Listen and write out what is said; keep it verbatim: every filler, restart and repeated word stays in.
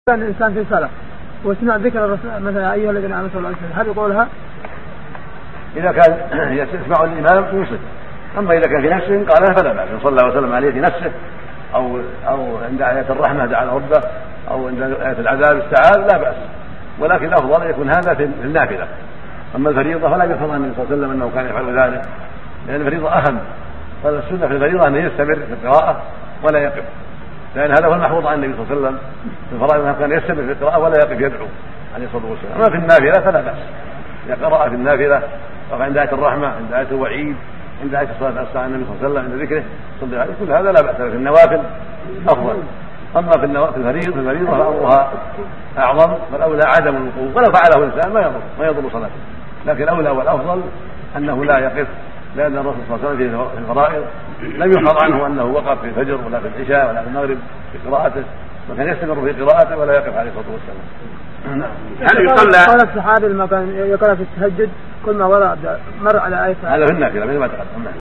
كان الإنسان في صلاة وسمع ذكر الرسول مثلا أيها الذين آمنوا صلى الله عليه وسلم، هل يقولها؟ إذا كان يسمع الإمام يوصل، أما إذا كان في نفسه قالها فلا بأس، صلى الله عليه وسلم عليه في نفسه أو أو عند آية الرحمة دعا ربه أو عند آية العذاب استعاذ لا بأس، ولكن الأفضل يكون هذا في النافلة. أما الفريضة فلا يفهم عن النبي صلى الله عليه وسلم أنه كان يفعل ذلك، لأن الفريضة أهم، فالسنة في الفريضة أن يستمر في القراءة ولا يقف، لأن هذا هو المحفوظ عن النبي صلى الله عليه وسلم في الفرائض أنه كان يستمر في القراءة ولا يقف يدعو عليه الصلاة والسلام. أما في النافلة فلا بأس، إذا قرأ في النافلة عند آية الرحمة، عند آية الوعيد، عند آية الصلاة على النبي صلى الله عليه وسلم، عند ذكره صلى الله عليه وسلم، كل هذا لا بأس، في النوافل أفضل. أما في الفريضة الفريضة فأمرها أعظم، فالأولى عدم الوقوف، ولو فعله الإنسان ما يضر ما يضر صلاته، لكن الأولى والأفضل أنه لا يقف، لأن الرسول صلى الله عليه وسلم في الفرائض لم يحفظ عنه أنه وقف في الفجر ولا في العشاء ولا في المغرب في قراءته، وكان يستمر في قراءته ولا يقف عليه الصلاة والسلام. هل يصلى؟ قال الصحابي لما كان يقرأ في التهجد كل ما مر على آية هذا في النافلة مثل ما تقدم.